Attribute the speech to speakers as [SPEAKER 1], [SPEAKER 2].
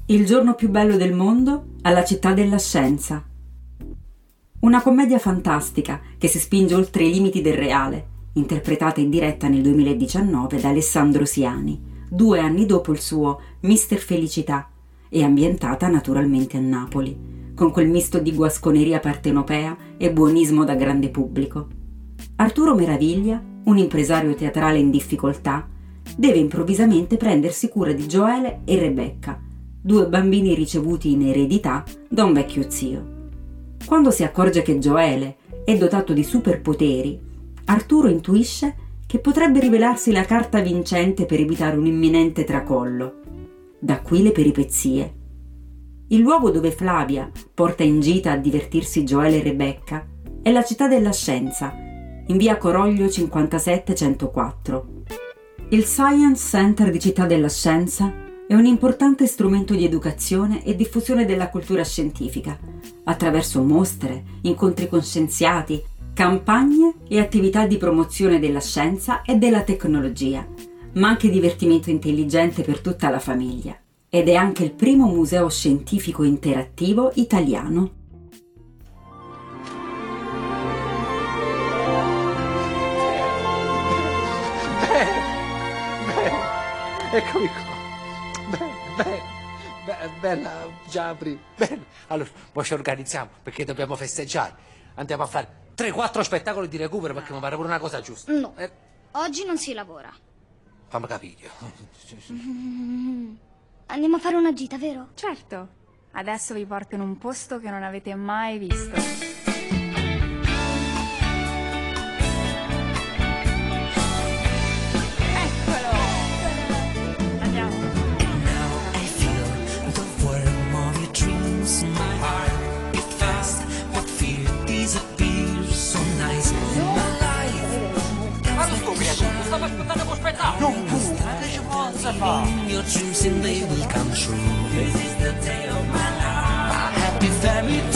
[SPEAKER 1] Il giorno più bello del mondo alla città della scienza. Una commedia fantastica che si spinge oltre i limiti del reale, interpretata in diretta nel 2019 da Alessandro Siani, 2 anni dopo il suo Mister Felicità, e ambientata naturalmente a Napoli, con quel misto di guasconeria partenopea e buonismo da grande pubblico. Arturo Meraviglia, un impresario teatrale in difficoltà, deve improvvisamente prendersi cura di Joele e Rebecca, 2 bambini ricevuti in eredità da un vecchio zio. Quando si accorge che Joele è dotato di superpoteri, Arturo intuisce che potrebbe rivelarsi la carta vincente per evitare un imminente tracollo. Da qui le peripezie. Il luogo dove Flavia porta in gita a divertirsi Joele e Rebecca è la città della scienza, in via Coroglio 57104. Il Science Center di Città della Scienza è un importante strumento di educazione e diffusione della cultura scientifica, attraverso mostre, incontri con scienziati, campagne e attività di promozione della scienza e della tecnologia, ma anche divertimento intelligente per tutta la famiglia. Ed è anche il primo museo scientifico interattivo italiano.
[SPEAKER 2] Eccomi qua. Bella, già apri. Bene. Allora, poi ci organizziamo perché dobbiamo festeggiare. Andiamo a fare 3-4 spettacoli di recupero perché mi pare pure una cosa giusta.
[SPEAKER 3] No, oggi non si lavora.
[SPEAKER 2] Fammi capire.
[SPEAKER 3] Andiamo a fare una gita, vero?
[SPEAKER 4] Certo. Adesso vi porto in un posto che non avete mai visto.
[SPEAKER 2] Stavo aspettando lo spettacolo. Ma che ci posso fare? Your dreams and they will come true. This is the day of my life. My happy family.